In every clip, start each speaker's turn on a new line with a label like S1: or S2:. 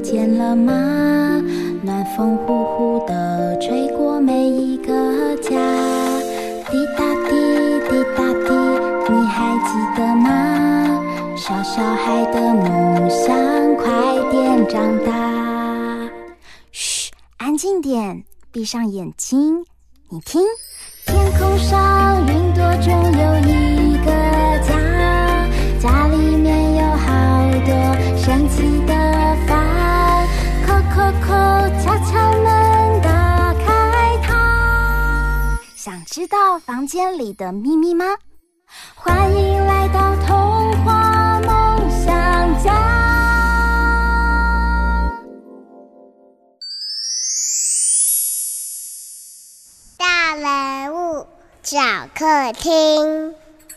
S1: 见了吗？暖风呼呼地吹过每一个家，滴答滴，滴答滴，你还记得吗？小小孩的梦想快点长大。嘘，安静点，闭上眼睛，你听，天空上云朵中有一个家，家里面有好多神奇的饭，叩叩叩，敲敲门，打开它。想知道房间里的秘密吗？欢迎来到童话梦想家。
S2: 大人物小客厅。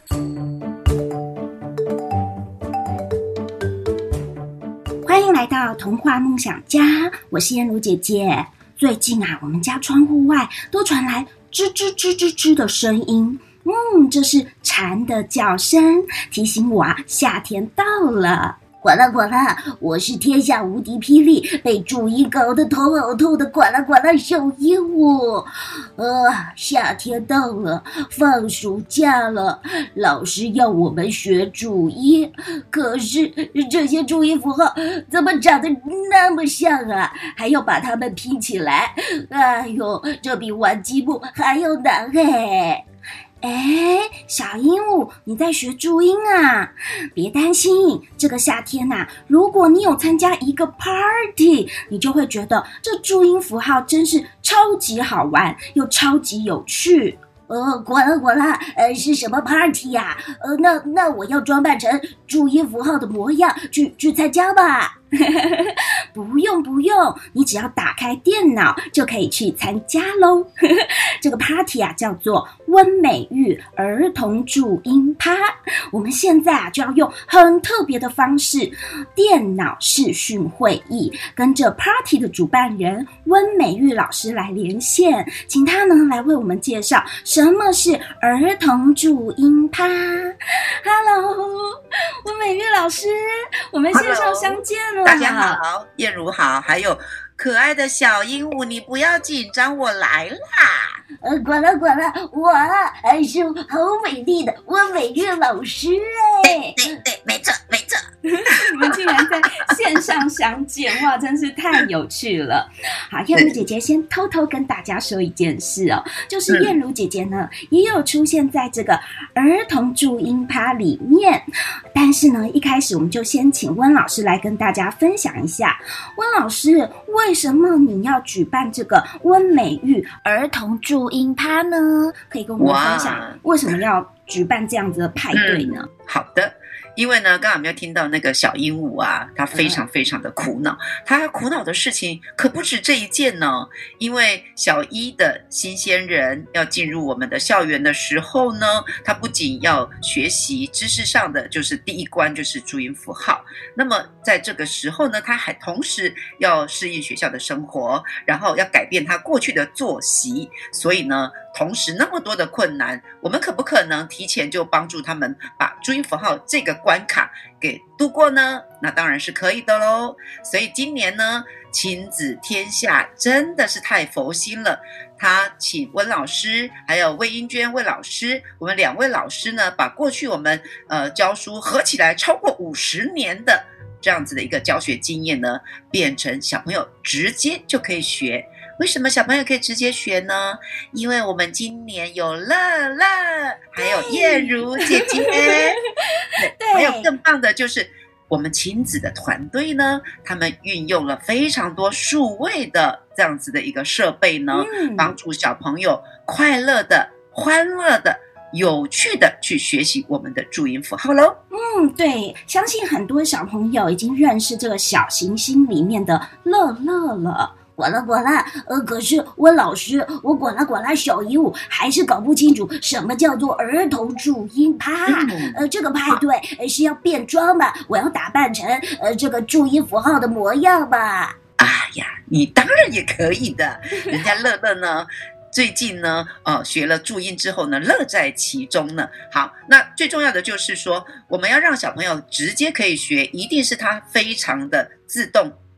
S3: 欢迎来到童话梦想家，我是燕如姐姐。最近啊，我们家窗户外都传来吱吱吱吱吱的声音，这是蝉的叫声，提醒我啊，夏天到了。呱啦呱啦，我是天下无敌霹雳，被注音搞得头好痛的呱啦呱啦小鹦鹉。夏天到了，放暑假了，老师要我们学注音，可是这些注音符号怎么长得那么像啊？还要把它们拼起来，哎呦，这比玩积木还要难嘿。小鹦鹉，你在学注音啊？别担心，这个夏天啊，如果你有参加一个 party， 你就会觉得这注音符号真是超级好玩，又超级有趣。呱啦呱啦，是什么 party 呀？那我要装扮成注音符号的模样去参加吧。不用，你只要打开电脑就可以去参加咯。这个 party 啊，叫做温美玉儿童注音趴。我们现在啊，就要用很特别的方式，电脑视讯会议，跟着 party 的主办人温美玉老师来连线，请他呢来为我们介绍什么是儿童注音趴。Hello， 温美玉老师，我们线上相见了。
S4: 大家好，燕如好，还有可爱的小鹦鹉，你不要紧张，我来啦。
S3: 呱啦呱啦，我是好美丽的温美玉老师
S4: 对，没错。
S3: 你们竟然在线上相见，哇，真是太有趣了。好，燕如姐姐先偷偷跟大家说一件事哦，就是燕如姐姐呢，也有出现在这个儿童注音趴里面，但是呢，一开始我们就先请温老师来跟大家分享一下。温老师，为什么你要举办这个温美玉儿童注音趴呢？可以跟我们分享为什么要举办这样子的派对呢？
S4: 好的。因为呢，刚刚有没有听到那个小鹦鹉啊，他非常非常的苦恼，他苦恼的事情可不止这一件呢。因为小一的新鲜人要进入我们的校园的时候呢，他不仅要学习知识上的，就是第一关就是注音符号，那么在这个时候呢，他还同时要适应学校的生活，然后要改变他过去的作息，所以呢，同时那么多的困难，我们可不可能提前就帮助他们把注音符号这个关卡给度过呢？那当然是可以的咯。所以今年呢，亲子天下真的是太佛心了，他请温老师还有魏英娟魏老师，我们两位老师呢，把过去我们教书合起来超过50年的这样子的一个教学经验呢，变成小朋友直接就可以学。为什么小朋友可以直接学呢？因为我们今年有乐乐，还有燕如姐姐，对，还有更棒的就是我们亲子的团队呢，他们运用了非常多数位的这样子的一个设备呢，帮助小朋友快乐的、欢乐的、有趣的去学习我们的注音符号咯。
S3: 对，相信很多小朋友已经认识这个小行星里面的乐乐了。呱啦呱啦，可是温老师，我呱啦呱啦小鹦鹉还是搞不清楚什么叫做儿童注音趴。这个派对是要变装吧？我要打扮成这个注音符号的模样吧？
S4: 哎呀，你当然也可以的，人家乐乐呢。最近呢，学了注音之后呢，乐在其中呢。好，那最重要的就是说，我们要让小朋友直接可以学，一定是他非常的自动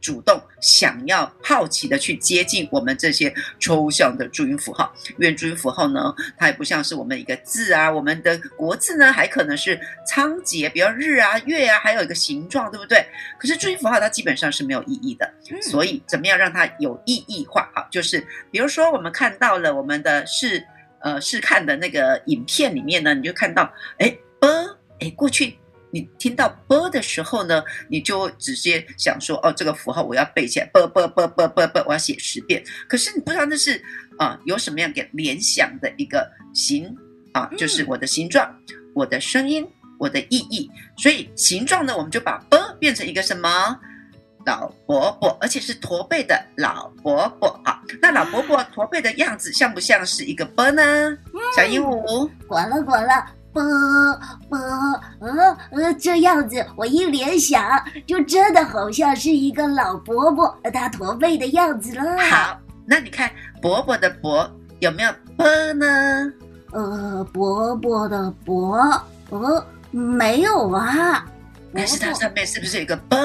S4: 主动想要好奇的去接近我们这些抽象的注音符号。因为注音符号呢，它也不像是我们一个字啊，我们的国字呢还可能是仓颉，比如日啊、月啊，还有一个形状，对不对？可是注音符号它基本上是没有意义的，所以怎么样让它有意义化啊？就是比如说我们看到了我们的试看的那个影片里面呢，你就看到过去你听到 b 的时候呢，你就直接想说这个符号我要背起来 b， 我要写10遍。可是你不知道那是有什么样给联想的一个形就是我的形状、我的声音、我的意义。所以形状呢，我们就把 b 变成一个什么？老伯伯，而且是驼背的老伯伯。好，那老伯伯驼背的样子像不像是一个 b 呢？小鹦鹉，
S3: 果了。这样子我一联想，就真的好像是一个老伯伯他驼背的样子了。
S4: 好，那你看伯伯的伯有没有 b 呢？
S3: 伯伯的伯没有啊。
S4: 但是它上面是不是有一个 b？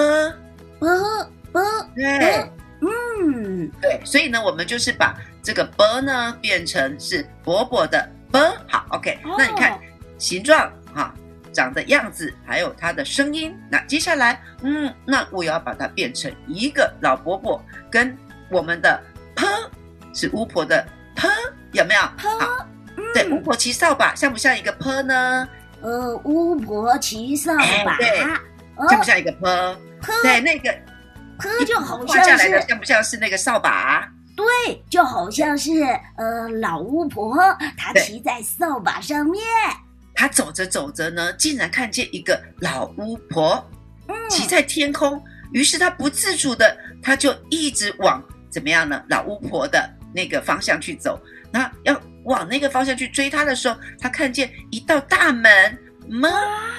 S4: 对，对，所以呢，我们就是把这个 b 呢变成是伯伯的 b。好 ，OK，那你看形状长的样子，还有它的声音。那接下来，那我要把它变成一个老伯伯，跟我们的 p 是巫婆的 p， 有没有？好，对，巫婆骑扫把像不像一个 p 呢？
S3: 巫婆骑扫把，
S4: 对，像不像一个 p？ 对，那个
S3: p 就好像是
S4: 画下来的，像不像是那个扫把？
S3: 对，就好像是老巫婆她骑在扫把上面。
S4: 他走着走着呢，竟然看见一个老巫婆骑在天空，于是他不自主的，他就一直往怎么样呢？老巫婆的那个方向去走。那要往那个方向去追他的时候，他看见一道大门，门，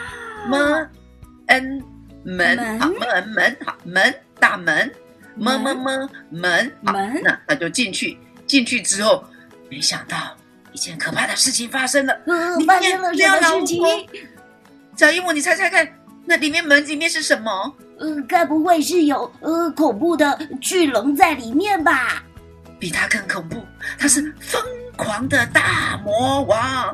S4: 大门，门，好，那他就进去之后，没想到一件可怕的事情发生了。
S3: 发生了什么事情？
S4: 小鹦鹉，你猜猜看，那门里面是什么？
S3: 该不会是有恐怖的巨龙在里面吧？
S4: 比它更恐怖，它是疯狂的大魔王，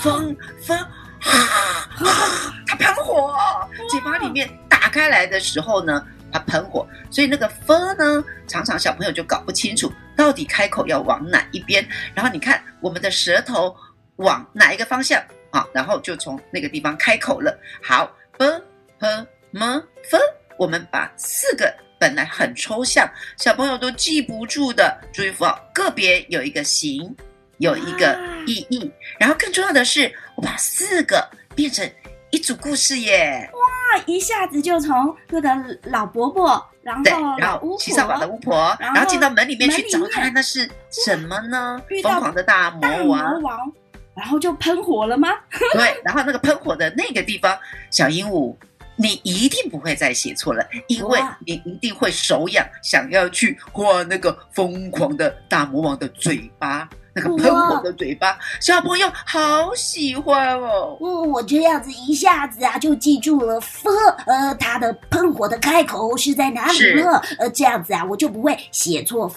S4: 它喷火，嘴巴里面打开来的时候呢，它喷火，所以那个呢，常常小朋友就搞不清楚到底开口要往哪一边。然后你看我们的舌头往哪一个方向然后就从那个地方开口了。好 ，f，我们把4个本来很抽象，小朋友都记不住的注音符号，个别有一个形，有一个意义，然后更重要的是，我把4个变成一组故事耶！
S3: 哇，一下子就从这个老伯伯，然后
S4: 骑扫把的巫婆，然后进到门里面去找看那是什么呢？疯狂的大魔王，
S3: 然后就喷火了吗？
S4: 对，然后那个喷火的那个地方，小鹦鹉，你一定不会再写错了，因为你一定会手痒，想要去画那个疯狂的大魔王的嘴巴，那个喷火的嘴巴，小朋友好喜欢哦。
S3: 我这样子一下子就记住了它的喷火的开口是在哪里了。这样子我就不会写错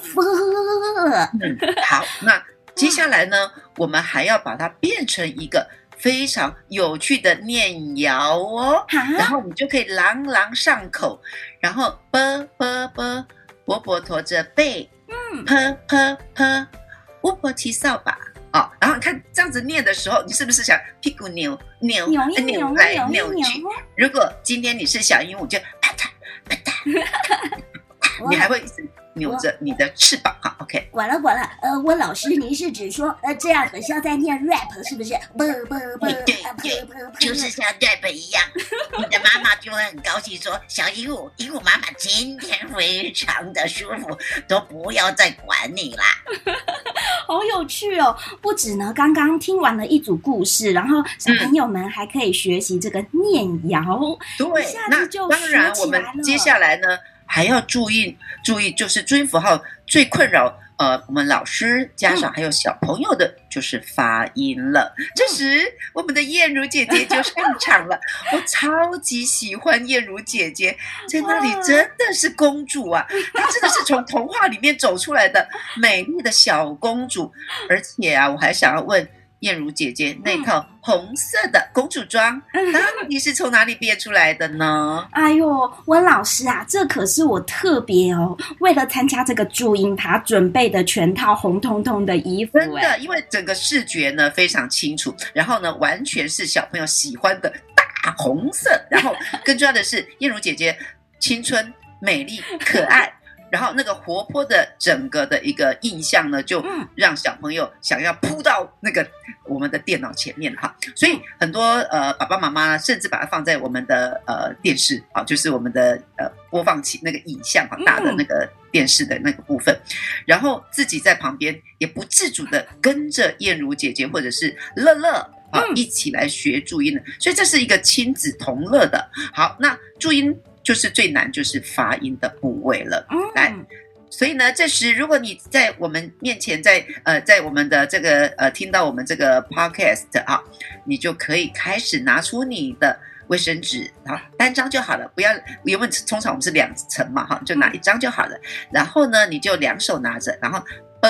S4: 好，那接下来呢，我们还要把它变成一个非常有趣的念谣哦，然后你就可以朗朗上口，然后伯伯驼着背，巫婆骑扫把然后你看这样子念的时候，你是不是想屁股扭来扭去？如果今天你是小鹦鹉，就啪嗒啪嗒，你还会一直扭着你的翅膀OK。
S3: 管了，温老师，您是指说这样很像在念 rap 是不是？
S2: 对，就是像 rap 一样。你的妈妈就会很高兴说，小鹦鹉妈妈今天非常的舒服，都不要再管你啦。
S3: 好有趣哦！不止呢，刚刚听完了一组故事，然后小朋友们还可以学习这个念谣。
S4: 对，那当然我们接下来呢还要注意，就是注音符号最困扰我们老师、家长还有小朋友的就是发音了。这时我们的燕如姐姐就上场了，我超级喜欢燕如姐姐，在那里真的是公主啊，她真的是从童话里面走出来的美丽的小公主。而且啊，我还想要问燕如姐姐，那套红色的公主装到底是从哪里变出来的呢？
S3: 哎呦，温老师啊，这可是我特别为了参加这个祝英趴准备的全套红彤彤的衣服。
S4: 真的，因为整个视觉呢非常清楚，然后呢完全是小朋友喜欢的大红色，然后更重要的是燕如姐姐青春美丽可爱。然后那个活泼的整个的一个印象呢，就让小朋友想要扑到那个我们的电脑前面哈。所以很多爸爸妈妈甚至把它放在我们的电视啊，就是我们的播放器那个影像哈，大的那个电视的那个部分，然后自己在旁边也不自主的跟着燕如姐姐或者是乐乐啊一起来学注音的，所以这是一个亲子同乐的。好，那注音就是最难就是发音的部位了。来，所以呢，这时如果你在我们面前，在我们的这个听到我们这个 podcast 啊，你就可以开始拿出你的卫生纸，好，单张就好了，不要，因为通常我们是2层嘛，哈，就拿1张就好了。然后呢，你就2手拿着，然后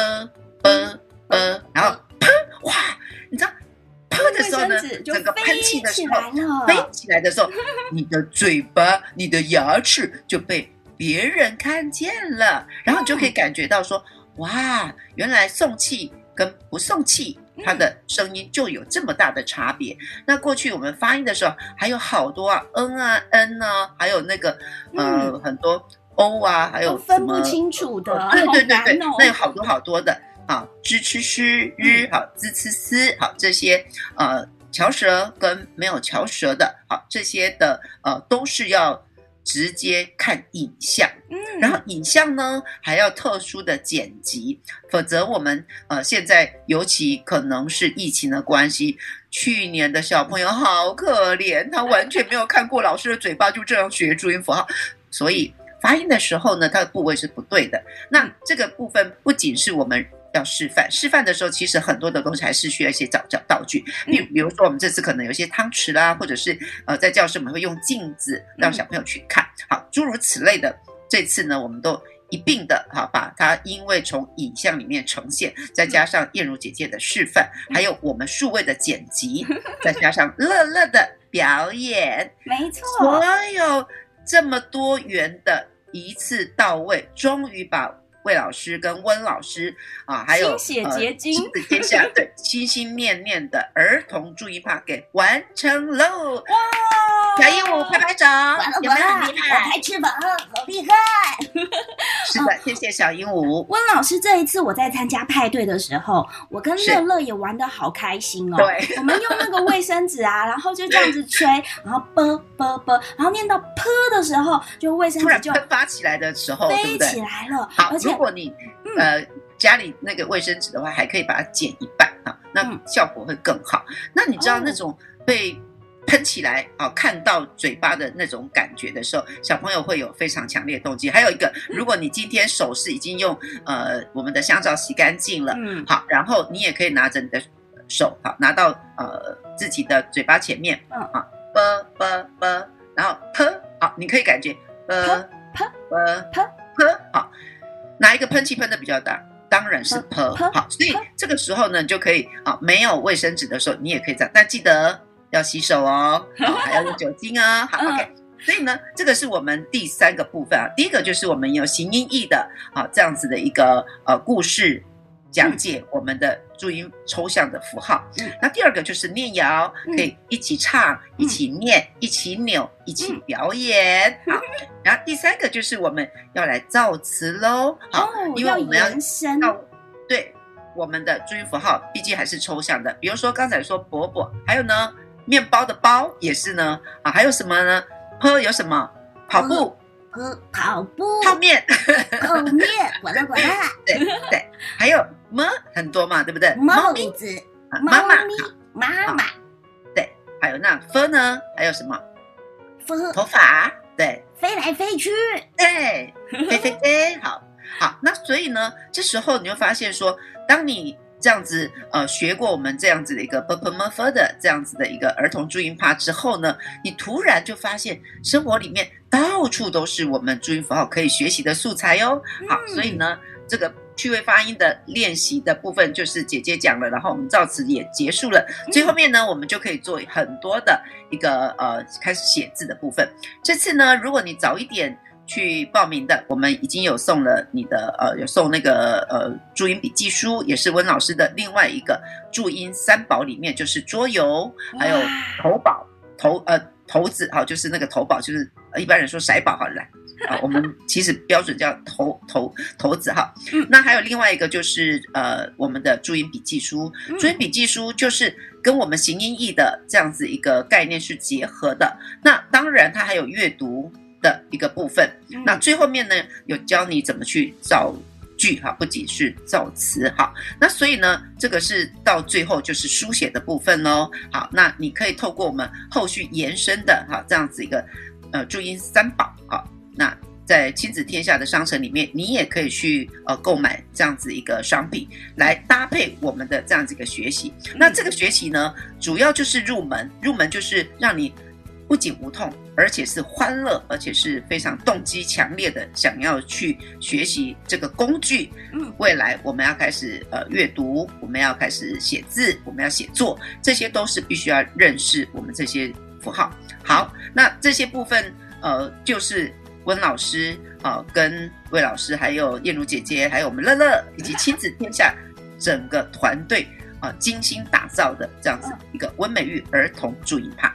S4: 然后哇，你知道。的时候呢，整个喷气的时候飞起来的时候，你的嘴巴、你的牙齿就被别人看见了，然后你就可以感觉到说，哇，原来送气跟不送气，它的声音就有这么大的差别。那过去我们发音的时候，还有好多啊，n 啊，n 啊，还有那个很多 o 啊，还有
S3: 分不清楚的，
S4: 对，那有好多好多的。好，支吃诗日，好，滋呲丝，好，这些翘舌跟没有翘舌的，好，这些的都是要直接看影像，然后影像呢还要特殊的剪辑，否则我们现在尤其可能是疫情的关系，去年的小朋友好可怜，他完全没有看过老师的嘴巴就这样学注音符号，所以发音的时候呢，它的部位是不对的。那这个部分不仅是我们要示范的时候，其实很多的东西还是需要一些找道具，比如说我们这次可能有一些汤匙啦，或者是在教室我们会用镜子让小朋友去看，好，诸如此类的。这次呢，我们都一并的把它因为从影像里面呈现，再加上燕如姐姐的示范，还有我们数位的剪辑，再加上乐乐的表演，
S3: 没错，
S4: 所有这么多元的一次到位，终于把魏老师跟温老师还有
S3: 心血结晶
S4: 亲子天下对心心念念的儿童注音趴给完成喽！哇！小鹦鹉拍拍手，有没有很厉害？
S3: 我拍翅膀，好厉害！
S4: 是的，谢谢小鹦鹉。
S3: 温老师，这一次我在参加派对的时候，我跟乐乐也玩得好开心哦。
S4: 对，
S3: 我们用那个卫生纸啊，然后就这样子吹，然后然后念到的时候，就卫生纸就
S4: 突然喷发起来的时候，
S3: 飞起来了。
S4: 好，
S3: 而且
S4: 如果你家里那个卫生纸的话，还可以把它剪一半那效果会更好。那你知道那种被喷起来看到嘴巴的那种感觉的时候，小朋友会有非常强烈的动机。还有一个，如果你今天手是已经用我们的香皂洗干净了，好，然后你也可以拿着你的手拿到自己的嘴巴前面，然后好，你可以感觉好，哪一个喷气喷的比较大？当然是好，所以这个时候呢，你就可以没有卫生纸的时候，你也可以这样，但记得要洗手哦，还要用酒精哦。好 ，OK。所以呢，这个是我们第3个部分第一个就是我们有形音义的这样子的一个故事讲解我们的注音抽象的符号。那第2个就是念谣，可以一起唱、一起念、一起扭、一起表演。好，然后第3个就是我们要来造词喽。好，因为我们要
S3: 延伸
S4: 对我们的注音符号，毕竟还是抽象的。比如说刚才说伯伯，还有呢面包的包也是呢还有什么呢？有什么？跑步。
S3: 跑步，
S4: 泡面，
S3: 滚了，
S4: 对，还有很多嘛，对不对？
S3: 帽子，
S4: 妈
S3: 妈，
S4: 对，还有那呢？还有什么？头发，对，
S3: 飞来飞去，
S4: 对，飞，好， 好，那所以呢，这时候你就发现说，当你这样子学过我们这样子的一个 ppmf 的这样子的一个儿童注音趴之后呢，你突然就发现生活里面到处都是我们注音符号可以学习的素材哦。好，所以呢，这个趣味发音的练习的部分就是姐姐讲了，然后我们到此也结束了。最后面呢，我们就可以做很多的一个开始写字的部分。这次呢，如果你早一点去报名的，我们已经有送了你的有送那个注音笔记书，也是温老师的另外一个注音三宝里面，就是桌游，还有头宝头子，好，就是那个头宝，就是一般人说骰宝好了，我们其实标准叫头子哈。那还有另外一个就是我们的注音笔记书，注音笔记书就是跟我们形音义的这样子一个概念是结合的。那当然它还有阅读的一个部分，那最后面呢有教你怎么去造句哈，不仅是造词哈。那所以呢，这个是到最后就是书写的部分咯。好，那你可以透过我们后续延伸的哈这样子一个注音三宝啊，那在亲子天下的商城里面，你也可以去购买这样子一个商品来搭配我们的这样子一个学习。那这个学习呢，主要就是入门就是让你不仅无痛，而且是欢乐，而且是非常动机强烈的想要去学习这个工具。未来我们要开始阅读，我们要开始写字，我们要写作，这些都是必须要认识我们这些符号。好，那这些部分就是温老师跟魏老师还有燕如姐姐还有我们乐乐以及亲子天下整个团队精心打造的这样子一个温美玉儿童注音趴。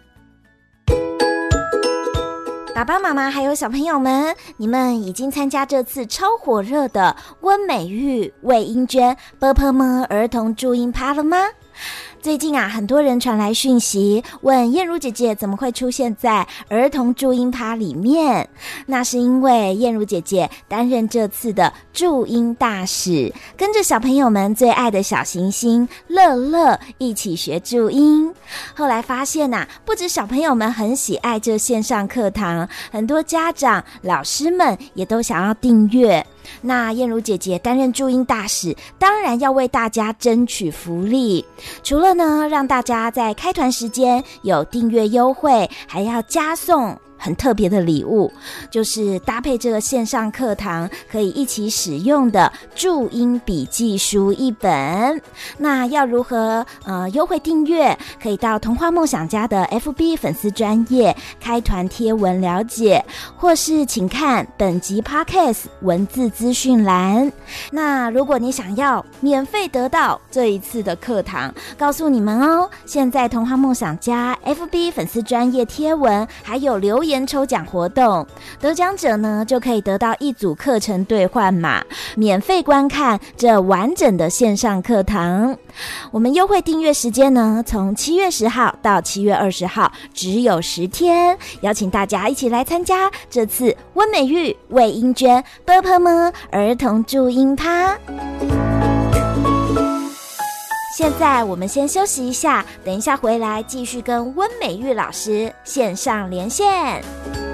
S5: 爸爸妈妈还有小朋友们，你们已经参加这次超火热的温美玉魏英娟 ppm 儿童注音趴了吗？最近很多人传来讯息，问燕如姐姐怎么会出现在儿童注音趴里面。那是因为燕如姐姐担任这次的注音大使，跟着小朋友们最爱的小行星乐乐一起学注音。后来发现不止小朋友们很喜爱这线上课堂，很多家长老师们也都想要订阅。那燕如姐姐担任注音大使，当然要为大家争取福利。除了呢让大家在开团时间有订阅优惠，还要加送很特别的礼物，就是搭配这个线上课堂可以一起使用的注音笔记书一本。那要如何优惠订阅？可以到童话梦想家的 FB 粉丝专页开团贴文了解，或是请看本集 Podcast 文字资讯栏。那如果你想要免费得到这一次的课堂，告诉你们哦，现在童话梦想家 FB 粉丝专页贴文还有留言抽奖活动，得奖者呢就可以得到一组课程兑换码，免费观看这完整的线上课堂。我们优惠订阅时间呢，从7月10号到7月20号，只有10天，邀请大家一起来参加这次温美玉魏英娟 ppm 儿童注音趴。现在我们先休息一下，等一下回来继续跟温美玉老师线上连线。